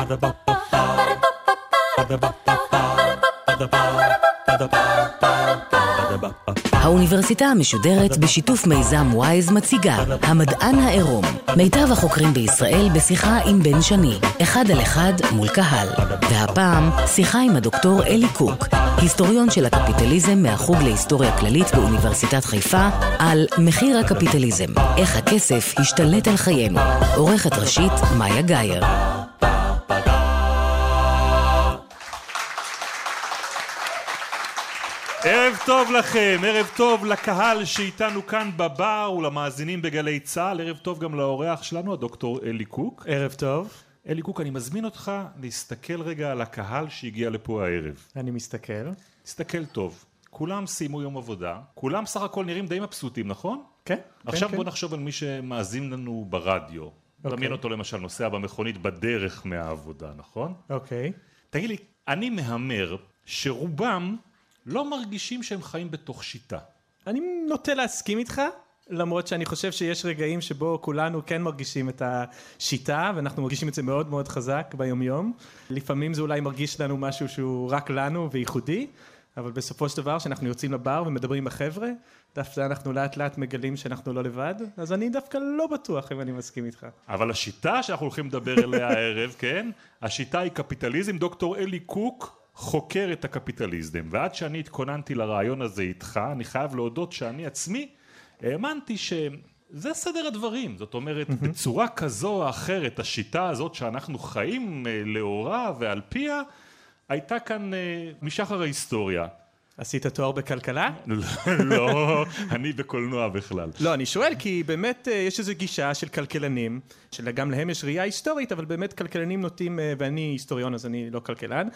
האוניברסיטה המשודרת בשיתוף מיזם וויז מציגה המדען העירום, מיטב החוקרים בישראל בשיחה עם בן שני, אחד על אחד מול קהל. והפעם שיחה עם הדוקטור אלי קוק, היסטוריון של הקפיטליזם מהחוג להיסטוריה כללית באוניברסיטת חיפה, על מחיר הקפיטליזם, איך הכסף השתלט על חיינו. עורכת ראשית מאיה גייר. ערב טוב לכם, ערב טוב לקהל שאיתנו כאן בבר ולמאזינים בגלי צהל, ערב טוב גם לאורח שלנו, הדוקטור אלי קוק. ערב טוב. אלי קוק, אני מזמין אותך להסתכל רגע על הקהל שהגיע לפה הערב. אני מסתכל. תסתכל טוב. כולם סיימו יום עבודה, כולם סך הכל נראים די מבסוטים, נכון? כן. עכשיו כן, בוא נחשוב על מי שמאזין לנו ברדיו. דמיין אותו למשל נוסע במכונית בדרך מהעבודה, נכון? אוקיי. תגיד לי, אני מהמר שרובם לא מרגישים שהם חיים בתוך שיטה. אני נוטה להסכים איתך, למרות שאני חושב שיש רגעים שבו כולנו כן מרגישים את השיטה, ואנחנו מרגישים את זה מאוד מאוד חזק ביום-יום. לפעמים זה אולי מרגיש לנו משהו שהוא רק לנו וייחודי, אבל בסופו של דבר, שאנחנו יוצאים לבר ומדברים עם החבר'ה, דווקא אנחנו לאט לאט מגלים שאנחנו לא לבד, אז אני דווקא לא בטוח אם אני מסכים איתך. אבל השיטה שאנחנו הולכים לדבר אליה הערב, כן? השיטה היא קפיטליזם. דוקטור אלי קוק חוקר את הקפיטליזם, ועד שאני התכוננתי לרעיון הזה איתך, אני חייב להודות שאני עצמי האמנתי שזה סדר הדברים. זאת אומרת, בצורה כזו או אחרת, השיטה הזאת שאנחנו חיים לאורה ועל פיה, הייתה כאן משחר ההיסטוריה. עשית תואר בכלכלה? לא, אני בקולנוע בכלל. לא, אני שואל כי באמת יש איזו גישה של כלכלנים, שגם להם יש ראייה היסטורית, אבל באמת כלכלנים נוטים, ואני היסטוריון אז אני לא כלכלן,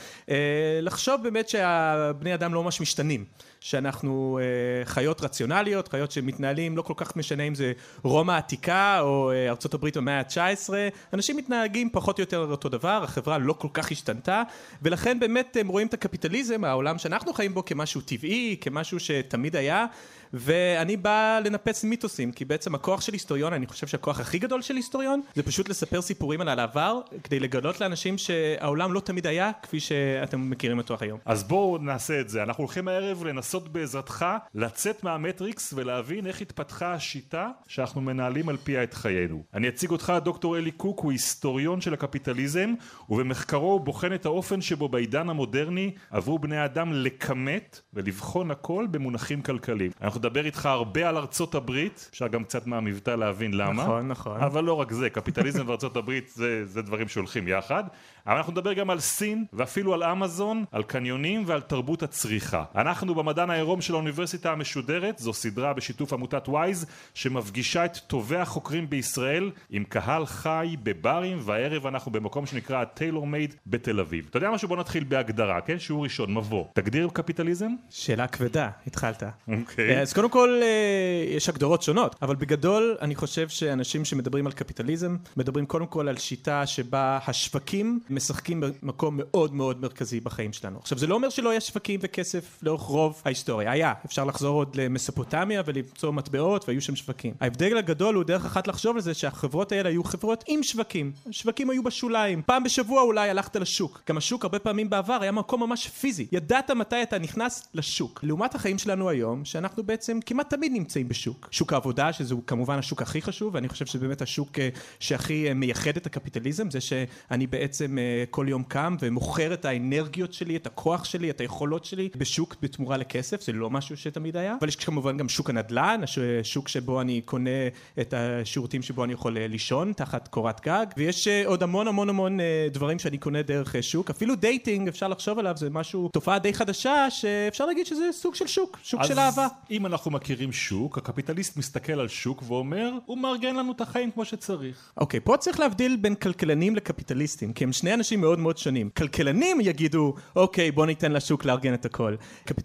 לחשוב באמת שהבני אדם לא ממש משתנים, שאנחנו חיות רציונליות, חיות שמתנהלים, לא כל כך משנה אם זה רומא העתיקה או ארצות הברית במאה ה-19, אנשים מתנהגים פחות או יותר אותו דבר, החברה לא כל כך השתנתה, ולכן באמת הם רואים את הקפיטליזם, העולם שאנחנו חיים בו כמשהו טבעי, כמשהו שתמיד היה, ואני בא לנפץ מיתוסים, כי בעצם הכוח של היסטוריון, אני חושב שהכוח הכי גדול של היסטוריון, זה פשוט לספר סיפורים על העבר, כדי לגלות לאנשים שהעולם לא תמיד היה, כפי שאתם מכירים אותו היום. אז בואו נעשה את זה. אנחנו הולכים הערב לנסות בעזרתך לצאת מהמטריקס ולהבין איך התפתחה השיטה שאנחנו מנהלים על פיה את חיינו. אני אציג אותך, דוקטור אלי קוק, הוא היסטוריון של הקפיטליזם, ובמחקרו הוא בוחן את האופן שבו בעידן המודרני עברו בני אדם לכמת ולבחון הכל במונחים כלכליים. אנחנו נדבר איתך הרבה על ארצות הברית, אפשר גם קצת מהמבטא להבין למה. נכון, נכון. אבל לא רק זה, קפיטליזם וארצות הברית זה דברים שהולכים יחד. אבל אנחנו נדבר גם על סין ואפילו על אמזון, על קניונים ועל תרבות הצריכה. אנחנו במדען העירום של האוניברסיטה המשודרת, זו סדרה בשיתוף עמותת וויז שמפגישה את טובי החוקרים בישראל עם קהל חי בברים, והערב אנחנו במקום שנקרא טיילור מייד בתל אביב. אתה יודע משהו? בוא נתחיל בהגדרה, כן? שיעור ראשון, מבוא. תגדיר קפיטליזם? שאלה כבדה, התחלת. אוקיי. אז קודם כל יש הגדרות שונות, אבל בגדול אני חושב שאנשים שמדברים על קפיטליזם מדברים קודם כל על שיטה שבה השווקים משחקים במקום מאוד מאוד מרכזי בחיים שלנו. עכשיו זה לא אומר שלא יש שווקים וכסף לאורך רוב ההיסטוריה, היה, אפשר לחזור עוד למסופוטמיה ולמצוא מטבעות והיו שם שווקים. ההבדל הגדול הוא דרך אחת לחשוב על זה שהחברות האלה היו חברות עם שווקים, השווקים היו בשוליים, פעם בשבוע אולי הלכת לשוק, גם השוק הרבה פעמים בעבר היה מקום ממש פיזי, ידעת מתי אתה נכנס לשוק. לעומת החיים שלנו היום, שאנחנו בעצם כמעט תמיד נמצאים בשוק. שוק העבודה, שזהו כמובן השוק הכי חשוב, ואני חושב שבאמת השוק שהכי מייחד את הקפיטליזם, זה שאני בעצם כל יום קם ומוכר את האנרגיות שלי, את הכוח שלי, את היכולות שלי, בשוק בתמורה לכסף, זה לא משהו שתמיד היה. אבל יש כמובן גם שוק הנדל"ן, שוק שבו אני קונה את השירותים שבו אני יכול לישון, תחת קורת גג, ויש עוד המון המון המון דברים שאני קונה דרך שוק. אפילו דייטינג, אפשר לחשוב עליו, זה משהו, תופעה די חדשה, שאפשר להגיד שזה סוג של שוק, שוק של אהבה. אם אנחנו מכירים שוק, הקפיטליסט מסתכל על שוק ואומר, הוא מארגן לנו את החיים כמו שצריך. אוקיי, פה צריך להבדיל בין כלכלנים לקפיטליסטים, כי הם שני אנשים מאוד מאוד שונים. כלכלנים יגידו, אוקיי, בוא ניתן לשוק לארגן את הכל. קפיטליסטים כל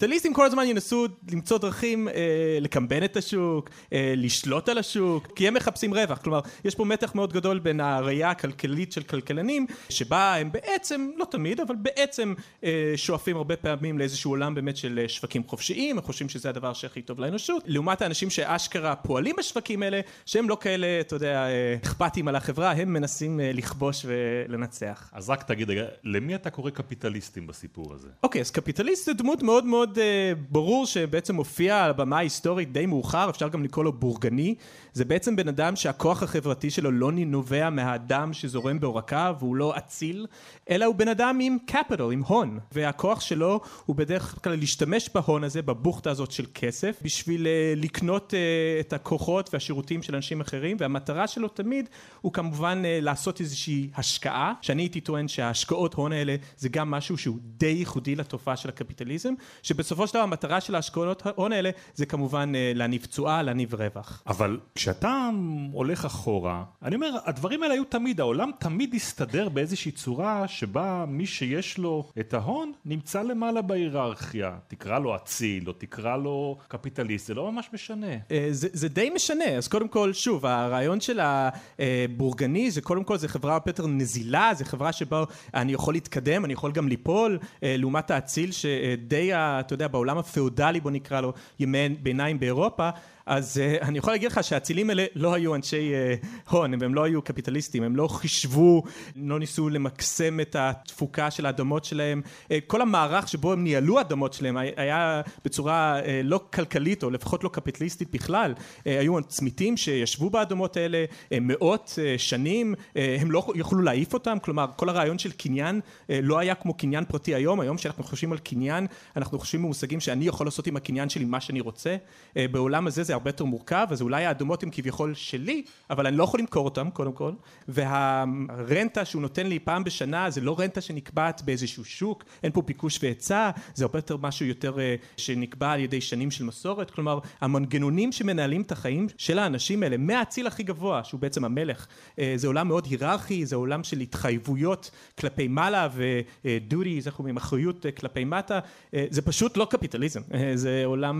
כל הזמן ינסו למצוא דרכים לקמבן את השוק, לשלוט על השוק, כי הם מחפשים רווח. כלומר, יש פה מתח מאוד גדול בין הראייה הכלכלית של כלכלנים, שבה הם בעצם, לא תמיד, אבל בעצם שואפים הרבה פעמים לאיזשהו עולם באמת של שווקים חופשיים, הם חושבים שזה הדבר שהכי טוב לאנושות, לעומת האנשים שאשכרה פועלים בשווקים האלה, שהם לא כאלה, אתה יודע, אכפתיים על החברה, הם מנסים לכבוש ולנצח. אז רק תגיד, למי אתה קורא קפיטליסטים בסיפור הזה? אוקיי, אז קפיטליסט זה דמות מאוד מאוד ברור שבעצם מופיע על הבמה ההיסטורית די מאוחר, אפשר גם לקרוא לו בורגני, זה בעצם בן אדם שהכוח החברתי שלו לא נובע מהאדם שזורם בעורקיו, והוא לא אציל, אלא הוא בן אדם עם קפיטל, עם הון, והכוח שלו הוא בדרך כלל להשתמש בהון הזה, בבוכתה הזאת של כסף, בשביל לקנות את הכוחות והשירותים של אנשים אחרים, והמטרה שלו תמיד הוא כמובן לעשות איזושהי השקעה, שאני הייתי טוען שההשקעות הון האלה זה גם משהו שהוא די ייחודי לתופעה של הקפיטליזם, שבסופו של דבר המטרה של ההשקעות הון האלה זה כמובן להניב תשואה, להניב רווח. אבל כשאתה הולך אחורה, אני אומר, הדברים האלה היו תמיד, העולם תמיד הסתדר באיזושהי צורה שבה מי שיש לו את ההון נמצא למעלה בהיררכיה. תקרא לו אציל או תקרא לו קפיטליסט, זה לא ממש משנה. זה די משנה. אז קודם כל, שוב, הרעיון של הבורגני זה קודם כל, זה חברה יותר נזילה, זה חברה שבה אני יכול להתקדם, אני יכול גם ליפול, לעומת האציל שדי, אתה יודע, בעולם הפאודלי, בוא נקרא לו, ימי ביניים באירופה, אז אני יכול להגיד לך שהאצילים האלה לא היו אנשי הון, הם לא היו קפיטליסטים, הם לא חישבו, לא ניסו למקסם את התפוקה של האדמות שלהם, כל המערך שבו הם ניהלו האדמות שלהם היה בצורה לא כלכלית או לפחות לא קפיטליסטית בכלל, היו צמיתים שישבו באדמות האלה מאות שנים, הם לא יכולו להעיף אותם, כלומר כל הרעיון של קניין לא היה כמו קניין פרטי היום שאנחנו חושבים על קניין, אנחנו חושבים במושגים שאני יכול לעשות עם הקניין שלי מה שאני רוצה, בעולם הזה זה הרבה יותר מורכב, אז אולי האדמות הם כביכול שלי, אבל אני לא יכול למכור אותם, קודם כל, והרנטה שהוא נותן לי פעם בשנה, זה לא רנטה שנקבעת באיזשהו שוק, אין פה ביקוש והיצע, זה הרבה יותר משהו יותר שנקבע על ידי שנים של מסורת, כלומר, המנגנונים שמנהלים את החיים של האנשים האלה, מהאציל הכי גבוה, שהוא בעצם המלך, זה עולם מאוד היררכי, זה עולם של התחייבויות כלפי מעלה, ודודי, זה חומרים, אחריות כלפי מטה, זה פשוט לא קפיטליזם, זה עולם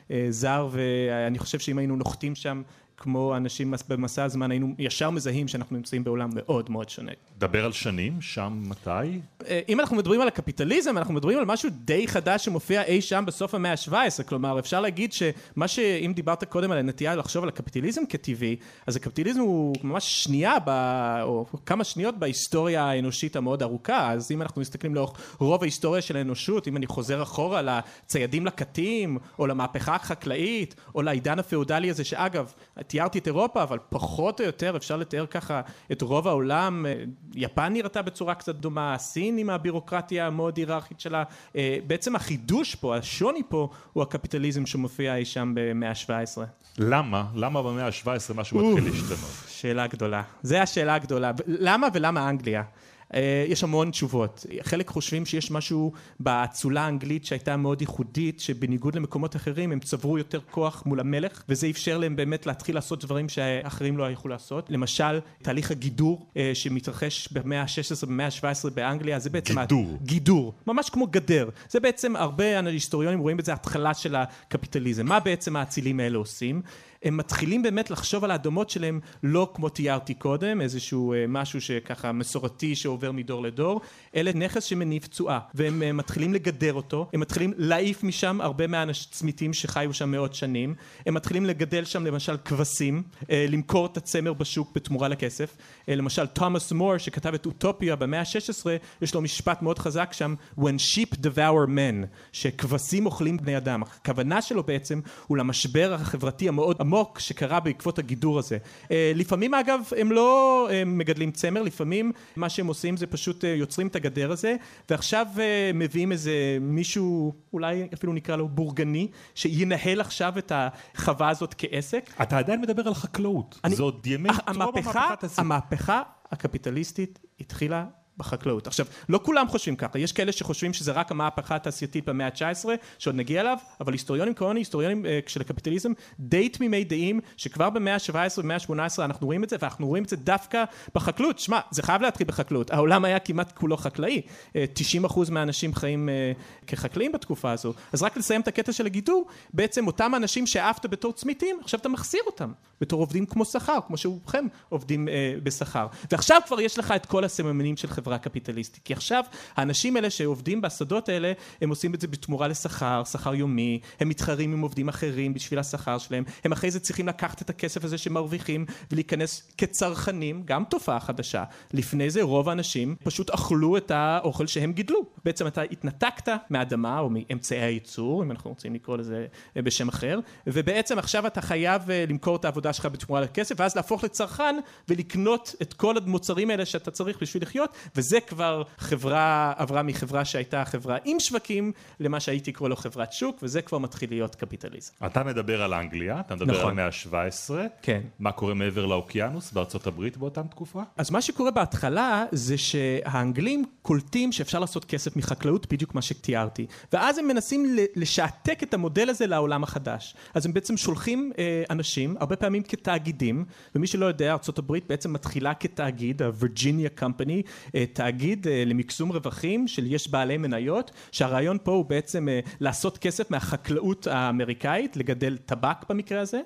זר, ואני חושב שאם היינו נוחתים שם כמו אנשים במסע הזמן, היינו ישר מזהים שאנחנו נמצאים בעולם מאוד מאוד שונה. דבר על שנים, שם מתי? אם אנחנו מדברים על הקפיטליזם, אנחנו מדברים על משהו די חדש שמופיע אי שם בסוף המאה ה-17, כלומר אפשר להגיד שמה שאם דיברת קודם על הנטייה לחשוב על הקפיטליזם כטבעי, אז הקפיטליזם הוא ממש שנייה, או כמה שניות בהיסטוריה האנושית המאוד ארוכה, אז אם אנחנו מסתכלים לאורך רוב ההיסטוריה של האנושות, אם אני חוזר אחורה לציידים לקטים, או למהפכה החקלאית, או לעידן הפאודלי הזה, שאגב, תיארתי את אירופה, אבל פחות או יותר אפשר לתאר ככה את רוב העולם. יפן נראתה בצורה קצת דומה, סין עם הבירוקרטיה המאוד היררכית שלה. בעצם החידוש פה, השוני פה, הוא הקפיטליזם שמופיע אי שם במאה ה-17. למה? למה במאה ה-17 משהו מתחיל להשתנות? שאלה גדולה. זה השאלה הגדולה. למה ולמה אנגליה? יש המון תשובות. חלק חושבים שיש משהו באצולה האנגלית שהייתה מאוד ייחודית, שבניגוד למקומות אחרים הם צברו יותר כוח מול המלך, וזה אפשר להם באמת להתחיל לעשות דברים שאחרים לא יכלו לעשות. למשל, תהליך הגידור שמתרחש במאה ה-16 במאה ה-17 באנגליה, זה בעצם גידור, ממש כמו גדר. זה בעצם הרבה היסטוריונים רואים בזה התחלה של הקפיטליזם. מה בעצם האצילים האלה עושים? הם מתחילים באמת לחשוב על האדמות שלהם לא כמו תיארתי קודם, איזשהו משהו שככה מסורתי שעובר מדור לדור, אלא נכס שמניב תשואה, והם מתחילים לגדר אותו, הם מתחילים להעיף משם הרבה מהצמיתים שחיו שם מאות שנים, הם מתחילים לגדל שם למשל כבשים, למכור את הצמר בשוק בתמורה לכסף, למשל תומאס מור שכתב את אוטופיה במאה ה-16, יש לו משפט מאוד חזק שם, when sheep devour men, שכבשים אוכלים בני אדם, הכוונה שלו בעצם הוא למשבר החברתי המאוד עמוק שקרה בעקבות הגידור הזה. לפעמים אגב הם לא מגדלים צמר, לפעמים מה שהם עושים זה פשוט יוצרים את הגדר הזה, ועכשיו מביאים איזה מישהו, אולי אפילו נקרא לו בורגני, שינהל עכשיו את החווה הזאת כעסק. אתה עדיין מדבר על חקלאות. זה עוד ימי טרום המהפכה. המהפכה הקפיטליסטית התחילה בחקלאות. עכשיו, לא כולם חושבים ככה, יש כאלה שחושבים שזה רק המהפכה התעשייתית במאה ה-19, שעוד נגיע אליו, אבל היסטוריונים כמוני, היסטוריונים של הקפיטליזם, די תמימי דעים, שכבר במאה ה-17 ובמאה ה-18 אנחנו רואים את זה, ואנחנו רואים את זה דווקא בחקלאות. שמע, זה חייב להתחיל בחקלאות. העולם היה כמעט כולו חקלאי. 90% מהאנשים חיים כחקלאים בתקופה הזו. אז רק לסיים את הקטע של הגידור, בעצם אותם אנשים שאהבת בתור צמיתים, עכשיו אתה מחסיר אותם, בתור עובדים כמו שכר, כמו שרובכם עובדים בשכר. ועכשיו כבר יש לך את כל הסממנים של חברה קפיטליסטית. כי עכשיו האנשים האלה שעובדים בשדות האלה, הם עושים את זה בתמורה לשכר, שכר יומי, הם מתחרים עם עובדים אחרים בשביל השכר שלהם, הם אחרי זה צריכים לקחת את הכסף הזה שמרוויחים ולהיכנס כצרכנים, גם תופעה חדשה. לפני זה רוב האנשים פשוט אכלו את האוכל שהם גידלו. בעצם אתה התנתקת מהאדמה או מאמצעי הייצור, אם אנחנו רוצים לקרוא לזה בשם אחר, ובעצם עכשיו אתה חייב למכור את העבודה שלך בתמורה לכסף, ואז להפוך לצרכן ולקנות את כל המוצרים האלה שאתה צריך בשביל לחיות, וזה כבר חברה, עברה מחברה שהייתה חברה עם שווקים, למה שהייתי קורא לו חברת שוק, וזה כבר מתחיל להיות קפיטליזם. אתה מדבר על אנגליה, אתה מדבר נכון. על המאה ה-17. כן. מה קורה מעבר לאוקיינוס בארצות הברית באותה תקופה? אז מה שקורה בהתחלה זה שהאנגלים קולטים שאפשר לעשות כסף מחקלאות, בדיוק מה שתיארתי. ואז הם מנסים לשעתק את המודל הזה לעולם החדש. אז הם בעצם שולחים אנשים, הרבה פעמים כתאגידים, ומי שלא יודע, ארצות הברית בעצם מתחילה כתאגיד, ה-Virginia Company, תאגיד למקסום רווחים של יש בעלי מניות, שהרעיון פה הוא בעצם לעשות כסף מהחקלאות האמריקאית, לגדל טבק במקרה הזה.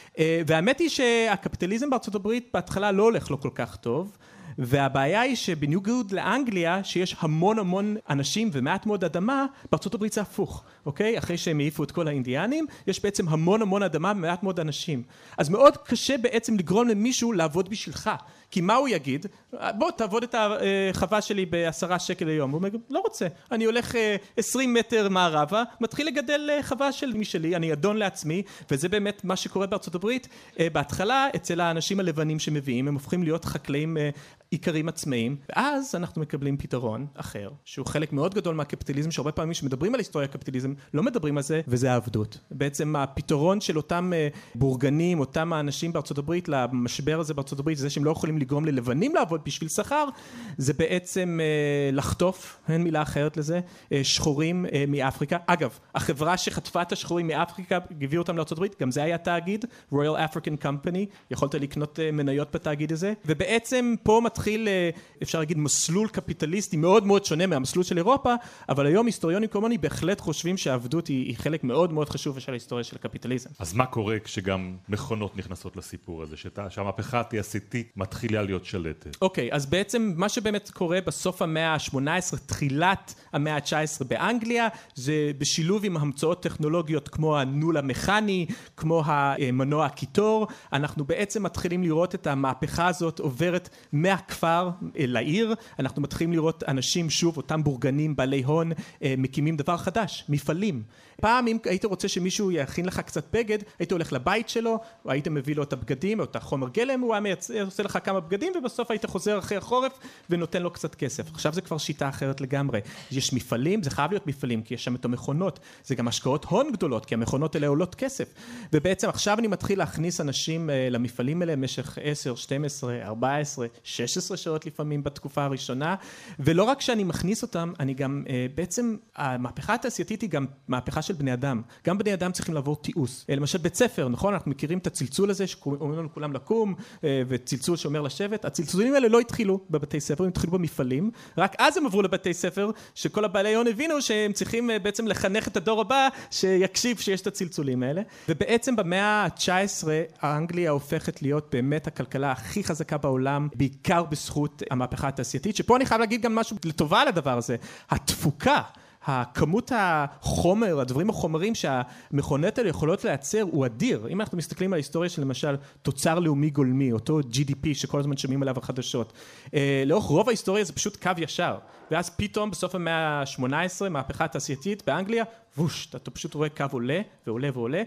והאמת היא שהקפיטליזם בארצות הברית בהתחלה לא הולך לו כל כך טוב, והבעיה היא שבניגוד לאנגליה, שיש המון אנשים ומעט מאוד אדמה, בארצות הברית זה הפוך, אוקיי? אחרי שהם העיפו את כל האינדיאנים, יש בעצם המון אדמה ומעט מאוד אנשים. אז מאוד קשה בעצם לגרום למישהו לעבוד בשבילך. כי מה הוא יגיד? בוא תעבוד את החווה שלי ב10 שקל ליום. הוא אומר, לא רוצה. אני הולך 20 מטר מערבה, מתחיל לגדל חווה של משלי, אני אדון לעצמי, וזה באמת מה שקורה בארצות הברית. בהתחלה, אצל האנשים הלבנים שמביאים, הם הופכים להיות חקלאים עיקרים עצמאיים, ואז אנחנו מקבלים פתרון אחר, שהוא חלק מאוד גדול מהקפיטליזם, שהרבה פעמים שמדברים על היסטוריה הקפיטליזם, לא מדברים על זה, וזה העבדות. בעצם הפתרון של אותם בורגנים, אותם האנשים בארצות הברית, למשבר הזה בארצות הברית, זה שהם לא יכולים לגרום ללבנים לעבוד בשביל שכר, זה בעצם לחטוף, אין מילה אחרת לזה, שחורים מאפריקה. אגב, החברה שחטפה את השחורים מאפריקה, הביאו אותם לארצות הברית, גם זה היה תאגיד, Royal African Company, יכולת לקנות מניות בתאגיד הזה, ובעצם פה מתחיל, אפשר להגיד, מסלול קפיטליסטי מאוד שונה מהמסלול של אירופה, אבל היום היסטוריונים כמוני בהחלט חושבים שהעבדות היא חלק מאוד חשוב של ההיסטוריה של הקפיטליזם. אז מה קורה כשגם מכונות נכנסות לסיפור הזה, שהמהפכה התעשייתית מתחילה להיות שלטת? אוקיי, אז בעצם מה שבאמת קורה בסוף המאה ה-18, תחילת המאה ה-19 באנגליה, זה בשילוב עם המצאות טכנולוגיות כמו הנול המכני, כמו המנוע הקיטור, אנחנו בעצם מתחילים לראות את המהפכה הזאת עוברת מהכפר לעיר, אנחנו מתחילים לראות אנשים, שוב, אותם בורגנים, בעלי הון, מקימים דבר חדש, מפעלים. פעם אם היית רוצה שמישהו יכין לך קצת בגד, היית הולך לבית שלו, או היית מביא לו את הבגדים, או את החומר גלם, הוא עושה לך כמה בגדים, ובסוף היית חוזר אחרי החורף, ונותן לו קצת כסף. עכשיו זה כבר שיטה אחרת לגמרי. יש מפעלים, זה חייב להיות מפעלים, כי יש שם את המכונות. זה גם השקעות הון גדולות, כי המכונות האלה עולות כסף. ובעצם עכשיו אני מתחיל להכניס אנשים למפעלים האלה, במשך 10, 12, 14, 16 שעות לפעמים בתקופה הראשונה, ולא רק שאני מכניס אותם, אני גם, בעצם, המהפכה התעשייתית היא גם מהפכה של בני אדם. גם בני אדם צריכים לעבור תיעוש. למשל בית ספר, נכון? אנחנו מכירים את הצלצול הזה, שאומרים לנו כולם לקום, וצלצול שאומר לשבת. הצלצולים האלה לא התחילו בבתי ספר, הם התחילו במפעלים. רק אז הם עברו לבתי ספר, שכל הבעלי הון הבינו שהם צריכים בעצם לחנך את הדור הבא, שיקשיב שיש את הצלצולים האלה. ובעצם במאה ה-19, האנגליה הופכת להיות באמת הכלכלה הכי חזקה בעולם, בעיקר בזכות המהפכה התעשייתית, שפה אני חייב להגיד גם משהו לטובה על הדבר הזה. התפוקה, הכמות החומר, הדברים החומרים שהמכונות האלה יכולות לייצר הוא אדיר. אם אנחנו מסתכלים על ההיסטוריה של למשל תוצר לאומי גולמי, אותו GDP שכל הזמן שומעים עליו החדשות, לאורך רוב ההיסטוריה זה פשוט קו ישר. ואז פתאום בסוף המאה ה-18, מהפכה התעשייתית באנגליה, ווש, אתה פשוט רואה קו עולה ועולה ועולה,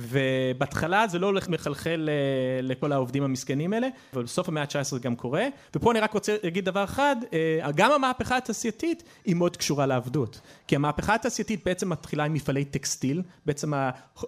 ובהתחלה זה לא הולך מחלחל לכל העובדים המסכנים האלה, אבל בסוף המאה ה-19 זה גם קורה, ופה אני רק רוצה להגיד דבר אחד, גם המהפכה התעשייתית היא מאוד קשורה לעבדות, כי המהפכה התעשייתית בעצם מתחילה עם מפעלי טקסטיל, בעצם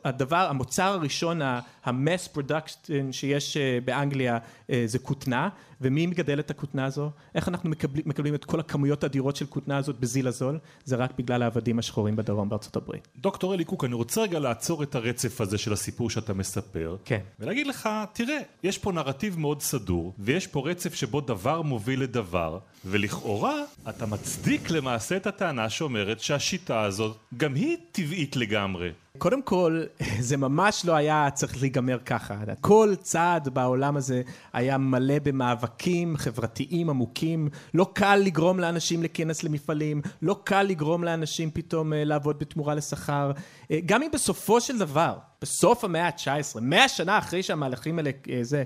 המוצר הראשון, ה-mass production שיש באנגליה זה כותנה, ומי מגדל את הכותנה הזו? איך אנחנו מקבלים את כל הכמויות האדירות של כותנה הזאת בזיל הזול? זה רק בגלל העבדים השחורים בדרום בארצות הברית. דוקטור אלי קוק, אני רוצה רגע לעצור את הרצף הזה של הסיפור שאתה מספר. כן. ולהגיד לך, תראה, יש פה נרטיב מאוד סדור, ויש פה רצף שבו דבר מוביל לדבר, ולכאורה אתה מצדיק למעשה את הטענה שאומרת שהשיטה הזאת גם היא טבעית לגמרי. קודם כל, זה ממש לא היה צריך להיגמר ככה. כל צעד בעולם הזה היה מלא במאבקים חברתיים עמוקים. לא קל לגרום לאנשים להיכנס למפעלים, לא קל לגרום לאנשים פתאום לעבוד בתמורה לשכר. גם אם בסופו של דבר, בסוף המאה ה-19, 100 שנה אחרי שהמהלכים האלה,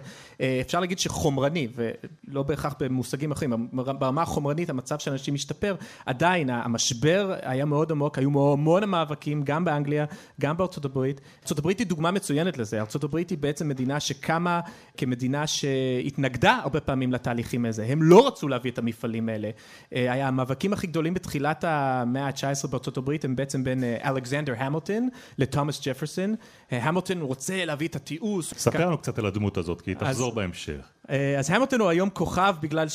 אפשר להגיד שחומרני, ולא בהכרח במושגים אחרים, ברמה החומרנית המצב של אנשים משתפר, עדיין המשבר היה מאוד עמוק, היו המון המאבקים, גם באנגליה, גם בארצות הברית. ארצות הברית היא דוגמה מצוינת לזה. ארצות הברית היא בעצם מדינה שקמה כמדינה שהתנגדה הרבה פעמים לתהליכים הזה. הם לא רצו להביא את המפעלים האלה. היה המאבקים הכי גדולים בתחילת המאה ה-19 בארצות הברית, הם בעצם בין אלכסנדר המילטון לתומאס ג'פרסון. המילטון רוצה להביא את התיעוש. ספר לנו קצת על הדמות הזאת, כי היא תחזור בהמשך. אז המילטון הוא היום כוכב בגלל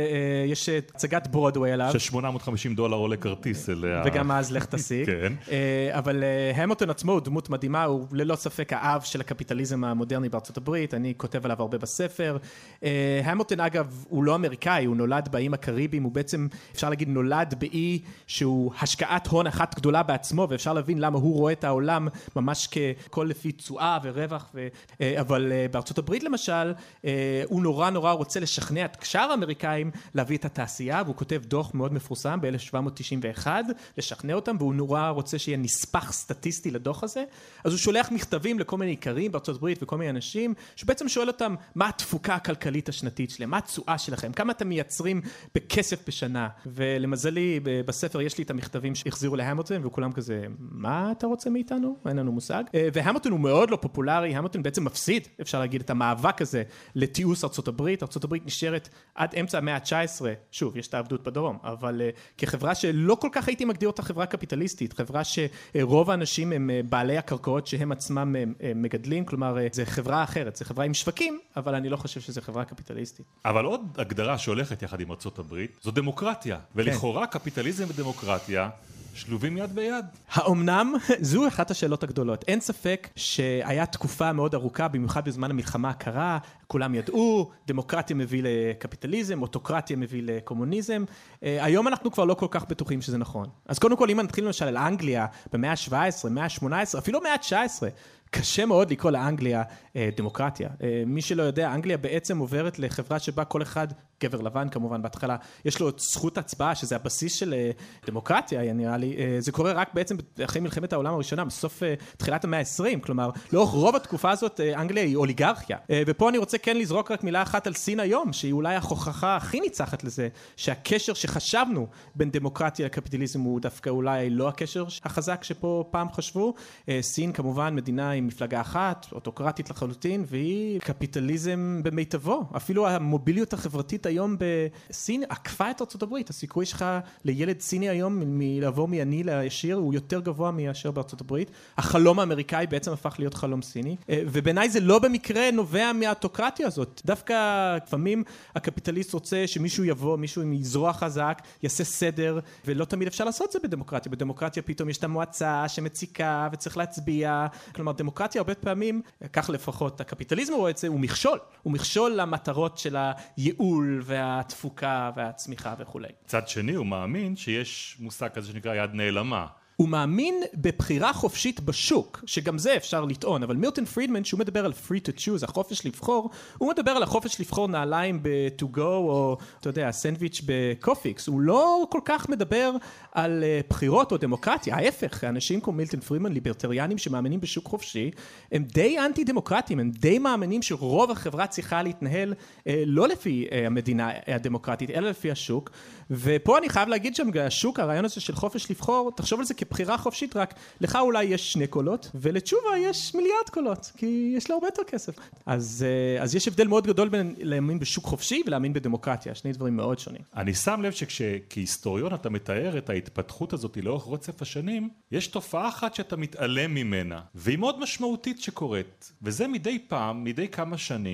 שיש הצגת ברודווי עליו. $850 עולה כרטיס אליה. וגם אז לך תסיק. כן. אבל המילטון עצמו הוא דמות מדהימה, הוא ללא ספק האב של הקפיטליזם המודרני בארצות הברית, אני כותב עליו הרבה בספר. המילטון אגב הוא לא אמריקאי, הוא נולד באיים הקריביים, הוא בעצם אפשר להגיד נולד באי שהוא השקעת הון אחת גדולה בעצמו, ואפשר להבין למה הוא רואה את העולם ממש ככל לפי תשואה ורווח, אבל בארצות הברית למשל, הוא נורא רוצה לשכנע את שאר האמריקאים להביא את התעשייה, והוא כותב דוח מאוד מפורסם ב-1791, לשכנע אותם, והוא נורא רוצה שיהיה נספח סטטיסטי לדוח הזה. אז הוא שולח מכתבים לכל מיני עיקרים בארצות הברית וכל מיני אנשים, שבעצם שואל אותם מה התפוקה הכלכלית השנתית שלהם, מה התשואה שלכם, כמה אתם מייצרים בכסף בשנה. ולמזלי בספר יש לי את המכתבים שהחזירו להמילטון, וכולם כזה, מה אתה רוצה מאיתנו? אין לנו מושג. והמילטון הוא מאוד לא פופולרי, המילטון בעצם מפסיד, אפשר להגיד, את המאבק הזה לתיעוש ארצות הברית. ארצות הברית נשארת עד אמצע המאה ה-19, שוב, יש את העבדות בדרום, אבל כחברה שלא כל כך הייתי מגדיר אותה חברה קפיטליסטית, חברה שרוב האנשים הם בעלי הקרקעות שהם עצמם מגדלים, כלומר, זה חברה אחרת, זה חברה עם שווקים, אבל אני לא חושב שזה חברה קפיטליסטית. אבל עוד הגדרה שהולכת יחד עם ארצות הברית, זו דמוקרטיה, ולכאורה קפיטליזם ודמוקרטיה שלובים יד ביד. האומנם? זו אחת השאלות הגדולות. אין ספק שהיה תקופה מאוד ארוכה, במיוחד בזמן המלחמה הקרה, כולם ידעו, דמוקרטיה מביא לקפיטליזם, אוטוקרטיה מביא לקומוניזם. היום אנחנו כבר לא כל כך בטוחים שזה נכון. אז קודם כל, אם נתחיל למשל על אנגליה, במאה ה-17, מאה ה-18, אפילו מאה ה-19, קשה מאוד לקרוא לאנגליה דמוקרטיה. מי שלא יודע, אנגליה בעצם עוברת לחברה שבה כל אחד, גבר לבן כמובן בהתחלה, יש לו את זכות הצבעה, שזה הבסיס של דמוקרטיה, נראה לי. זה קורה רק בעצם אחרי מלחמת העולם הראשונה, בסוף תחילת המאה ה-20, כלומר, לאורך רוב התקופה הזאת, אנגליה היא אוליגרכיה. ופה אני רוצה כן לזרוק רק מילה אחת על סין היום, שהיא אולי ההוכחה הכי ניצחת לזה, שהקשר שחשבנו בין דמוקרטיה לקפיטליזם הוא דווקא אולי לא הקשר החזק שפה פעם חשבו. סין כמובן מדינה עם מפלגה אחת, אוטוקרטית לחלוטין, והיא קפיטליזם במיטבו. אפילו המוביליות החברתית היום בסין עקפה את ארצות הברית. הסיכוי שלך לילד סיני היום מלעבור מעני לישיר הוא יותר גבוה מאשר בארצות הברית. החלום האמריקאי בעצם הפך להיות חלום סיני. ובעיניי זה לא במקרה נובע מהאוטוקרטיה הזאת. דווקא לפעמים הקפיטליסט רוצה שמישהו יבוא, מישהו עם זרוע חזק, יעשה סדר, ולא תמיד אפשר לעשות את זה בדמוקרטיה. בדמוקרטיה פתאום יש את המועצה שמציקה וצריך להצביע. כלומר, דמוקרטיה הרבה פעמים, כך לפחות הקפיטליזם רואה את זה, הוא מכשול. הוא מכשול למטרות של הייעול והתפוקה והצמיחה וכו'. צד שני, הוא מאמין שיש מושג כזה שנקרא יד נעלמה. הוא מאמין בבחירה חופשית בשוק, שגם זה אפשר לטעון, אבל מילטון פרידמן, שהוא מדבר על free to choose, החופש לבחור, הוא מדבר על החופש לבחור נעליים ב-to go, או, אתה יודע, סנדוויץ' בקופיקס. הוא לא כל כך מדבר על בחירות או דמוקרטיה. ההפך, האנשים כמו מילטון פרידמן, ליברטריאנים שמאמינים בשוק חופשי, הם די אנטי-דמוקרטיים, הם די מאמינים שרוב החברה צריכה להתנהל לא לפי המדינה הדמוקרטית, אלא לפי השוק. ופה אני חייב להגיד שהשוק, הרעיון הזה של חופש לבחור, תחשוב על זה כבחירה חופשית, רק לך אולי יש 2 קולות, ולתשובה יש 1 מיליארד קולות, כי יש לה הרבה יותר כסף. אז יש הבדל מאוד גדול בין להאמין בשוק חופשי ולהאמין בדמוקרטיה, 2 דברים מאוד שונים. אני שם לב שכהיסטוריון אתה מתאר את ההתפתחות הזאת לאורך רצף השנים, יש תופעה אחת שאתה מתעלם ממנה, והיא מאוד משמעותית שקורית, וזה מדי פעם, מדי כמה שנים,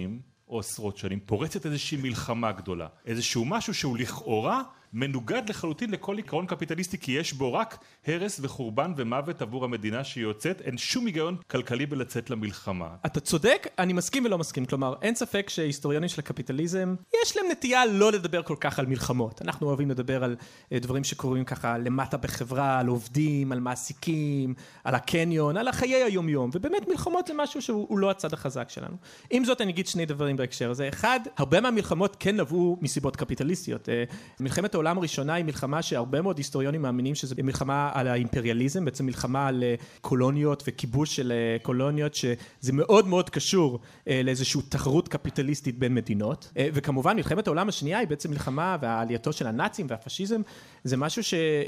או עשרות שנים, פורצת איזושהי מלחמה גדולה. איזשהו משהו שהוא לכאורה מנוגד לחלוטין לכל עיקרון קפיטליסטי, כי יש בו רק הרס וחורבן ומוות עבור המדינה שהיא יוצאת, אין שום היגיון כלכלי בלצאת למלחמה. אתה צודק, אני מסכים ולא מסכים. כלומר, אין ספק שהיסטוריונים של הקפיטליזם, יש להם נטייה לא לדבר כל כך על מלחמות. אנחנו אוהבים לדבר על דברים שקורים ככה למטה בחברה, על עובדים, על מעסיקים, על הקניון, על החיי היום-יום. ובאמת מלחמות זה משהו שהוא לא הצד החזק שלנו. עם זאת, אני אגיד שני דברים בהקשר הזה. אחד, הרבה מהמלחמות כן נבעו מסיבות קפיטליסטיות. מלחמת העולם הראשונה היא מלחמה שהרבה מאוד היסטוריונים מאמינים שזה מלחמה על האימפריאליזם, בעצם מלחמה על קולוניות וכיבוש של קולוניות, שזה מאוד מאוד קשור לאיזושהי תחרות קפיטליסטית בין מדינות. וכמובן מלחמת העולם השנייה היא בעצם מלחמה, והעלייתו של הנאצים והפשיזם, זה משהו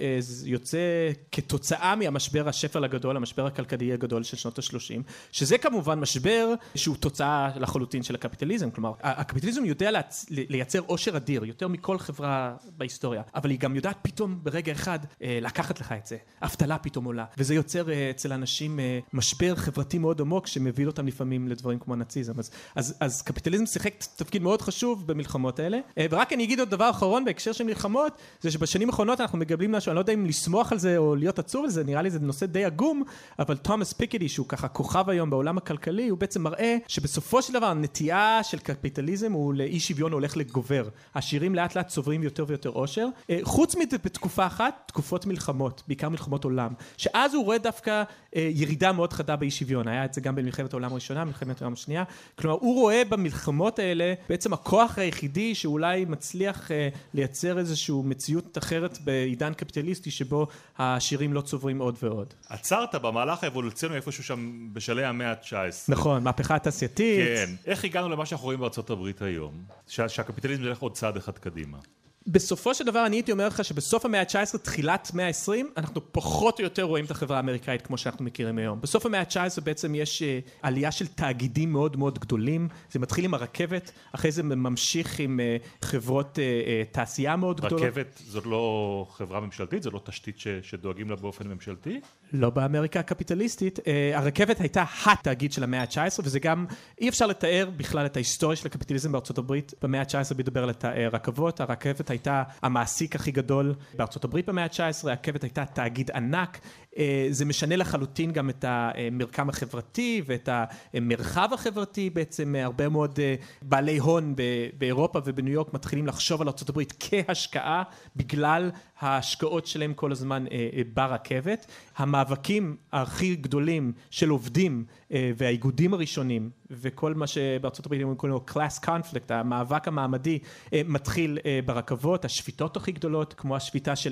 שיוצא כתוצאה מהמשבר השפל הגדול, המשבר הכלכלי הגדול של שנות ה-30, שזה כמובן משבר שהוא תוצאה לחלוטין של הקפיטליזם. כלומר, הקפיטליזם יודע לייצר עושר אדיר, יותר מכל חברה בהיסטוריה, אבל היא גם יודעת פתאום ברגע אחד לקחת לך את זה. אבטלה פתאום עולה, וזה יוצר אצל אנשים משבר חברתי מאוד עמוק שמביא אותם לפעמים לדברים כמו הנאציזם. אז קפיטליזם שיחק תפקיד מאוד חשוב במלחמות האלה. ורק אני אגיד עוד דבר אחרון בהקשר של מלחמות, זה שבשנים האחרונות אנחנו מגבלים משהו, אני לא יודע אם לשמוח על זה או להיות עצוב על זה, נראה לי זה נושא די עגום, אבל תומאס פיקטי, שהוא ככה כוכב היום בעולם הכלכלי, הוא בעצם מראה שבסופו של דבר הנטייה של קפיטליזם הוא לאי שוויון הולך לגובר. העשירים לאט לאט צוברים יותר ויותר עושר. חוץ מזה בתקופה אחת, תקופות מלחמות, בעיקר מלחמות עולם, שאז הוא רואה דווקא ירידה מאוד חדה באי שוויון. היה את זה גם במלחמת העולם הראשונה, מלחמת העולם השנייה. כלומר, הוא רואה במלחמות האלה בעצם הכוח היחידי שאולי מצליח לייצר איזושהי מציאות אחרת בעידן קפיטליסטי שבו העשירים לא צוברים עוד ועוד. עצרת במהלך האבולוציוני איפשהו שם בשלהי המאה ה-19. נכון, מהפכה התעשייתית. כן. איך הגענו למה שאנחנו רואים בארצות הברית היום? שהקפיטליזם ילך עוד צעד אחד קדימה. בסופו של דבר אני הייתי אומר לך שבסוף המאה ה-19, תחילת מאה ה-20, אנחנו פחות או יותר רואים את החברה האמריקאית כמו שאנחנו מכירים היום. בסוף המאה ה-19 בעצם יש עלייה של תאגידים מאוד מאוד גדולים, זה מתחיל עם הרכבת, אחרי זה ממשיך עם חברות תעשייה מאוד גדולות. רכבת זאת לא חברה ממשלתית? זאת לא תשתית שדואגים לה באופן ממשלתי? לא באמריקה הקפיטליסטית. הרכבת הייתה התאגיד של המאה ה-19, וזה גם, אי אפשר לתאר בכלל את ההיסטוריה של הקפיטליזם בארצות הברית. במאה ה-19 מדבר על רכבות, הרכבת הייתה המעסיק הכי גדול בארצות הברית במאה ה-19, הרכבת הייתה תאגיד ענק, זה משנה לחלוטין גם את המרקם החברתי ואת המרחב החברתי, בעצם הרבה מאוד בעלי הון באירופה ובניו יורק מתחילים לחשוב על ארצות הברית כהשקעה, בגלל ההשקעות שלהם כל הזמן ברכבת. המאבקים הכי גדולים של עובדים והאיגודים הראשונים, וכל מה שבארצות הברית קוראים לו class conflict, המאבק המעמדי, מתחיל ברכבות. השביתות הכי גדולות, כמו השביתה של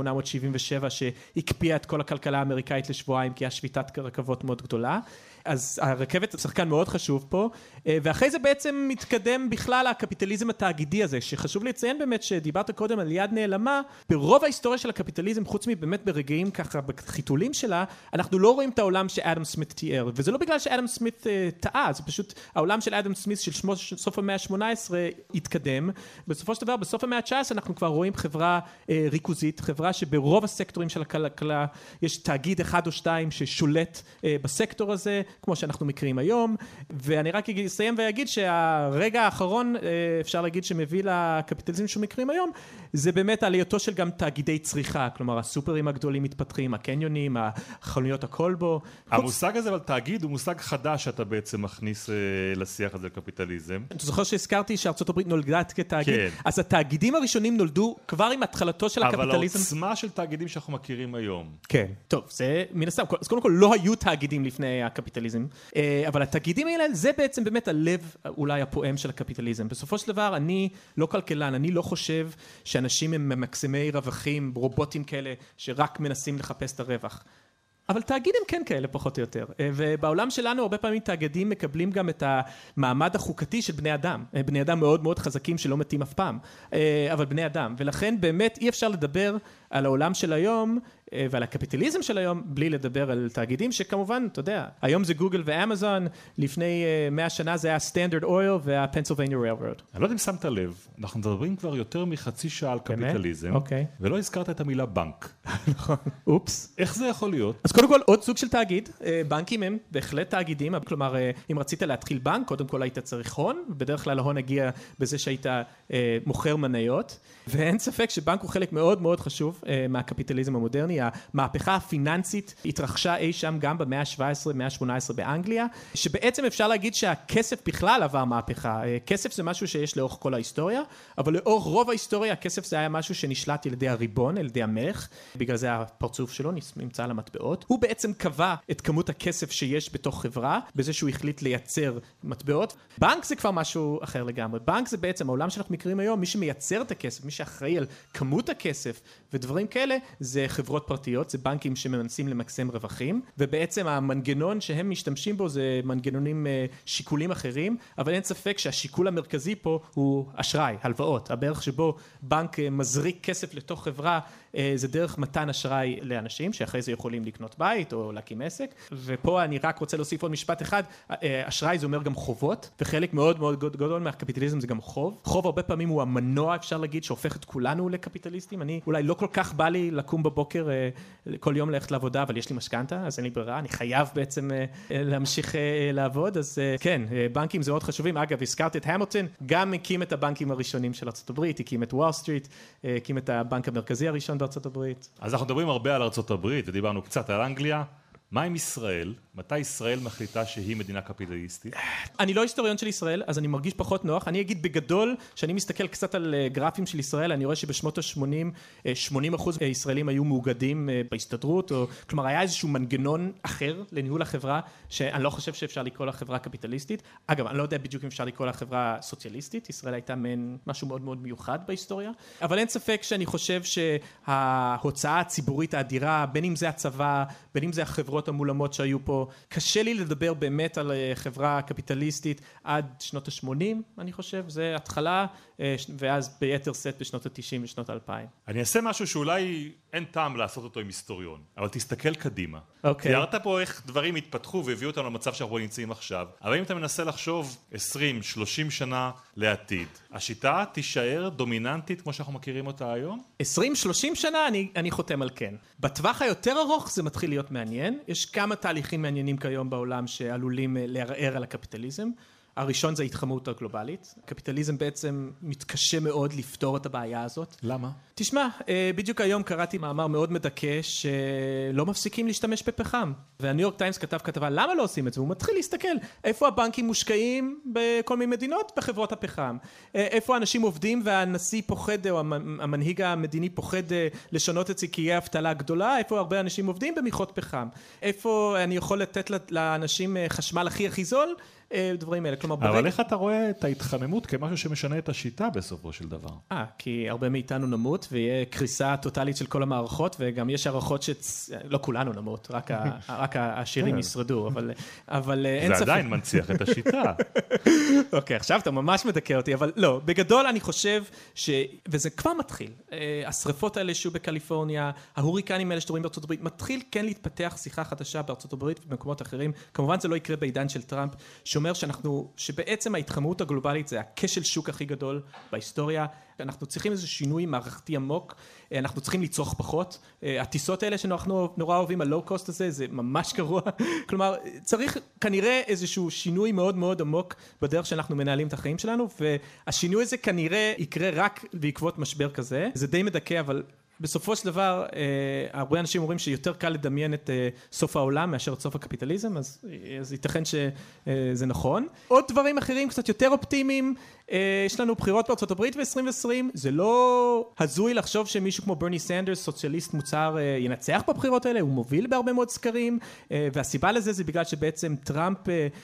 1877 שהקפיאה את כל הכלכלה האמריקאית לשבועיים, כי השביתת רכבות מאוד גדולה. אז הרכבת זה שחקן מאוד חשוב פה, ואחרי זה בעצם מתקדם בכלל הקפיטליזם התאגידי הזה, שחשוב לציין באמת שדיברת קודם על יד נעלמה, ברוב ההיסטוריה של הקפיטליזם, חוץ מבאמת ברגעים ככה בחיתולים שלה, אנחנו לא רואים את העולם שאדם סמית תיאר, וזה לא בגלל שאדם סמית טעה, זה פשוט העולם של אדם סמית של סוף המאה ה-18 התקדם, בסופו של דבר, בסוף המאה ה-19 אנחנו כבר רואים חברה ריכוזית, חברה שברוב הסקטורים של הכלכלה יש תאגיד אחד או שתיים ששולט בסקטור הזה, כמו שאנחנו מכירים היום, ואני רק אסיים ואגיד שהרגע האחרון, אפשר להגיד שמביא לקפיטליזם שמכירים היום, זה באמת עלייתו של גם תאגידי צריכה, כלומר הסופרים הגדולים מתפתחים, הקניונים, החנויות הקולבו. המושג הזה, אבל תאגיד, הוא מושג חדש שאתה בעצם מכניס לשיח הזה לקפיטליזם. אתה זוכר שהזכרתי שארצות הברית נולדה כתאגיד? כן. אז התאגידים הראשונים נולדו כבר עם התחלתו של הקפיטליזם. אבל העוצמה של תאגידים שאנחנו מכירים היום. כן. טוב, זה מן הסתם. אז קודם כל לא היו תאגידים לפני הקפיטליזם, אבל התאגידים האלה זה בעצם באמת הלב אולי הפועם של הקפיטליזם. בסופו של דבר אני לא כלכלן, אני לא חושב שאנשים הם ממקסמי רווחים, רובוטים כאלה שרק מנסים לחפש את הרווח. אבל תאגידים כן כאלה פחות או יותר, ובעולם שלנו הרבה פעמים תאגידים מקבלים גם את המעמד החוקתי של בני אדם, בני אדם מאוד מאוד חזקים שלא מתים אף פעם, אבל בני אדם, ולכן באמת אי אפשר לדבר על העולם של היום ועל הקפיטליזם של היום, בלי לדבר על תאגידים שכמובן, אתה יודע, היום זה גוגל ואמזון, לפני 100 שנה זה היה סטנדרט אויל והפנסילבניה ריילרוד. אני לא יודע אם שמת לב, אנחנו מדברים כבר יותר מחצי שעה על קפיטליזם, אוקיי. ולא הזכרת את המילה בנק. נכון. אופס. איך זה יכול להיות? אז קודם כל, עוד סוג של תאגיד, בנקים הם בהחלט תאגידים, כלומר, אם רצית להתחיל בנק, קודם כל היית צריך הון, בדרך כלל ההון הגיע בזה שהיית מוכר מניות, ואין ספק שבנק הוא חלק מאוד מאוד חשוב מהקפיטליזם המודרני. המהפכה הפיננסית התרחשה אי שם גם במאה ה-17, מאה ה-18 באנגליה, שבעצם אפשר להגיד שהכסף בכלל עבר מהפכה. כסף זה משהו שיש לאורך כל ההיסטוריה, אבל לאורך רוב ההיסטוריה הכסף זה היה משהו שנשלט על ידי הריבון, על ידי המלך, בגלל זה הפרצוף שלו נמצא על המטבעות. הוא בעצם קבע את כמות הכסף שיש בתוך חברה, בזה שהוא החליט לייצר מטבעות. בנק זה כבר משהו אחר לגמרי. בנק זה בעצם העולם שאנחנו מכירים היום, מי שמייצר את הכסף, מי שאחראי על כמות הכסף ודברים כאלה, זה חברות פרטיות, זה בנקים שמנסים למקסם רווחים, ובעצם המנגנון שהם משתמשים בו זה מנגנונים שיקולים אחרים, אבל אין ספק שהשיקול המרכזי פה הוא אשראי, הלוואות. הבערך שבו בנק מזריק כסף לתוך חברה, זה דרך מתן אשראי לאנשים, שאחרי זה יכולים לקנות בית או להקים עסק, ופה אני רק רוצה להוסיף עוד משפט אחד, אשראי זה אומר גם חובות, וחלק מאוד מאוד גדול מהקפיטליזם זה גם חוב. חוב הרבה פעמים הוא המנוע, אפשר להגיד, שהופך את כולנו לקפיטליסטים. אני אולי לא כל כך בא לי לקום בבוקר כל יום ללכת לעבודה, אבל יש לי משכנתה, אז אין לי ברירה, אני חייב בעצם להמשיך לעבוד, אז כן, בנקים זה מאוד חשובים. אגב, הזכרתי את המילטון, גם הקים את הבנקים הראשונים של ארצות הברית, הקים את וול סטריט, הקים את הבנק המרכזי הראשון בארצות הברית. אז אנחנו מדברים הרבה על ארצות הברית, ודיברנו קצת על אנגליה. מה עם ישראל? מתי ישראל מחליטה שהיא מדינה קפיטליסטית? אני לא היסטוריון של ישראל, אז אני מרגיש פחות נוח. אני אגיד בגדול, שאני מסתכל קצת על גרפים של ישראל, אני רואה שבשנות ה-80, 80% ישראלים היו מאוגדים בהסתדרות, כלומר היה איזשהו מנגנון אחר לניהול החברה, שאני לא חושב שאפשר לקרוא לה חברה קפיטליסטית. אגב, אני לא יודע בדיוק אם אפשר לקרוא לה חברה סוציאליסטית, ישראל הייתה מעין משהו מאוד מאוד מיוחד בהיסטוריה, אבל אין ספק שאני חושב שההוצאה הציבורית האדירה, בין אם זה הצבא, בין אם זה החברות המולמות שהיו פה, קשה לי לדבר באמת על חברה קפיטליסטית עד שנות ה-80, אני חושב, זה התחלה, ואז ביתר סט בשנות ה-90 ושנות ה-2000. אני אעשה משהו שאולי אין טעם לעשות אותו עם היסטוריון, אבל תסתכל קדימה. אוקיי. תיארת פה איך דברים התפתחו והביאו אותנו למצב שאנחנו נמצאים עכשיו, אבל אם אתה מנסה לחשוב 20-30 שנה לעתיד, השיטה תישאר דומיננטית כמו שאנחנו מכירים אותה היום? 20-30 שנה אני חותם על כן. בטווח היותר ארוך זה מתחיל להיות מעניין. יש כמה תהליכים מעניינים כיום בעולם שעלולים לערער על הקפיטליזם. הראשון זה ההתחממות הגלובלית. קפיטליזם בעצם מתקשה מאוד לפתור את הבעיה הזאת. למה? תשמע, בדיוק היום קראתי מאמר מאוד מדכא שלא מפסיקים להשתמש בפחם. והניו יורק טיימס כתב כתבה, למה לא עושים את זה? הוא מתחיל להסתכל איפה הבנקים מושקעים בכל מיני מדינות בחברות הפחם. איפה האנשים עובדים והנשיא פוחד, או המנהיג המדיני פוחד לשנות את זה כי יהיה אבטלה גדולה. איפה הרבה אנשים עובדים במכרות פחם. איפה אני יכול לתת לאנשים חשמל הכי זול? דברים האלה. כלומר, אבל איך אתה רואה את ההתחממות כמשהו שמשנה את השיטה בסופו של דבר? כי הרבה מאיתנו נמות, ויהיה קריסה טוטלית של כל המערכות, וגם יש הערכות לא כולנו נמות, רק העשירים ישרדו, אבל אין ספק. זה עדיין מנציח את השיטה. אוקיי, עכשיו אתה ממש מדכא אותי, אבל לא, בגדול אני חושב וזה כבר מתחיל, השריפות האלה שהוא בקליפורניה, ההוריקנים האלה שתורים בארצות הברית, מתחיל כן להתפתח שיחה חדשה בארצות הברית ובמקומות אחרים, כמובן זה לא יקרה בעידן של טראמפ, שאומר שבעצם ההתחממות הגלובלית זה הכשל שוק הכי גדול בהיסטוריה, אנחנו צריכים איזה שינוי מערכתי עמוק, אנחנו צריכים לצרוך פחות, הטיסות האלה שאנחנו נורא אוהבים, הלואו-קוסט הזה, זה ממש גרוע, כלומר צריך כנראה איזשהו שינוי מאוד מאוד עמוק בדרך שאנחנו מנהלים את החיים שלנו, והשינוי הזה כנראה יקרה רק בעקבות משבר כזה, זה די מדכא, אבל בסופו של דבר, הרבה אנשים אומרים שיותר קל לדמיין את סוף העולם מאשר את סוף הקפיטליזם, אז ייתכן שזה נכון. עוד דברים אחרים קצת יותר אופטימיים, יש לנו בחירות בארצות הברית ב-2020, זה לא הזוי לחשוב שמישהו כמו ברני סנדרס, סוציאליסט מוצר, ינצח בבחירות האלה, הוא מוביל בהרבה מאוד סקרים, והסיבה לזה זה בגלל שבעצם טראמפ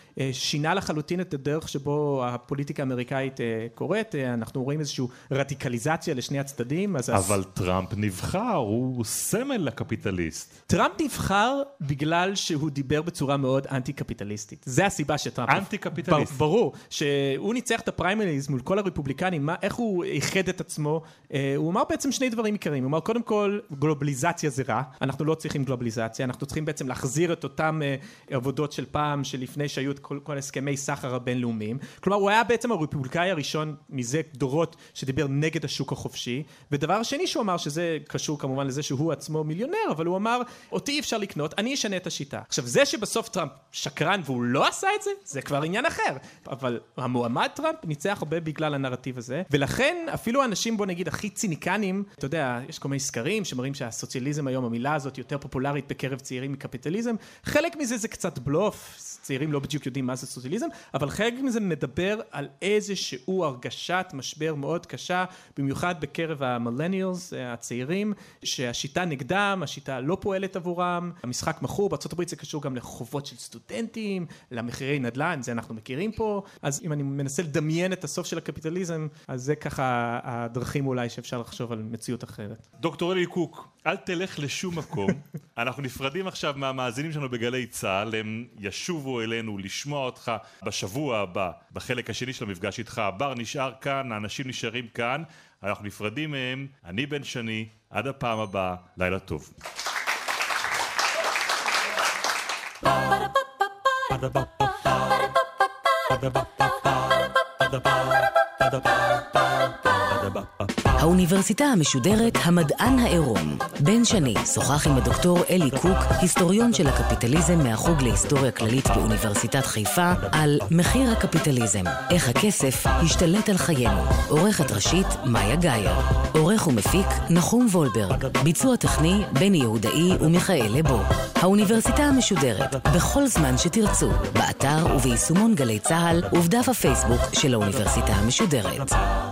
שינה לחלוטין את הדרך שבו הפוליטיקה האמריקאית קורית, אנחנו רואים איזושהי רדיקליזציה לשני הצדדים. אבל טראמפ נבחר, הוא סמל לקפיטליסט. טראמפ נבחר בגלל שהוא דיבר בצורה מאוד אנטי-קפיטליסטית. זה הסיבה שטראמפ... אנטי-קפיטליסט. ברור, שהוא ניצח את הפריימריז מול כל הרפובליקנים, איך הוא איחד את עצמו, הוא אמר בעצם שני דברים עיקריים. הוא אמר, קודם כל, גלובליזציה זה רע, אנחנו לא צריכים גלובליזציה, אנחנו צריכים בעצם להחזיר את אותם עבודות של פעם, שלפני שהיו את כל הסכמי סחר הבינלאומיים. כלומר, הוא היה בעצם הרפובליקאי הראשון מזה דורות שדיבר נגד השוק החופשי, ודבר שני שהוא אמר, שזה קשור כמובן לזה שהוא עצמו מיליונר, אבל הוא אמר, אותי אפשר לקנות, אני אשנה את השיטה. עכשיו, זה שבסוף טראמפ שקרן והוא לא עשה את זה, זה כבר עניין אחר. אבל המועמד טראמפ ניצח הרבה בגלל הנרטיב הזה, ולכן אפילו האנשים, בוא נגיד, הכי ציניקנים, אתה יודע, יש כל מיני סקרים שמראים שהסוציאליזם היום, המילה הזאת יותר פופולרית בקרב צעירים מקפיטליזם, חלק מזה זה קצת בלוף, צעירים לא בדיוק יודעים מה זה סוציאליזם, אבל חלק מזה מדבר על איזשהו הרגשת משבר מאוד קשה, במיוחד בקרב המילניאלס, הצעירים, שהשיטה נגדם, השיטה לא פועלת עבורם, המשחק מכור, בארצות הברית זה קשור גם לחובות של סטודנטים, למחירי נדל"ן, זה אנחנו מכירים פה, אז אם אני מנסה לדמיין את הסוף של הקפיטליזם, אז זה ככה הדרכים אולי שאפשר לחשוב על מציאות אחרת. דוקטור אלי קוק, אל תלך לשום מקום, אנחנו נפרדים עכשיו מהמאזינים שלנו בגלי צהל, הם ישובו אלינו לשמוע אותך בשבוע הבא, בחלק השני של המפגש איתך, הבר נשאר כאן, האנשים נשארים כאן, אנחנו נפרדים מהם, אני בן שני, עד הפעם הבאה, לילה טוב. האוניברסיטה המשודרת המדען העירום. בן שני שוחח עם הדוקטור אלי קוק, היסטוריון של הקפיטליזם מהחוג להיסטוריה כללית באוניברסיטת חיפה, על מחיר הקפיטליזם, איך הכסף השתלט על חיינו. עורכת ראשית מאיה גייר. עורך ומפיק נחום וולברג. ביצוע טכני בני יהודאי ומיכאל לבו. האוניברסיטה המשודרת, בכל זמן שתרצו, באתר וביישומון גלי צהל ובדף הפייסבוק של האוניברסיטה המשודרת.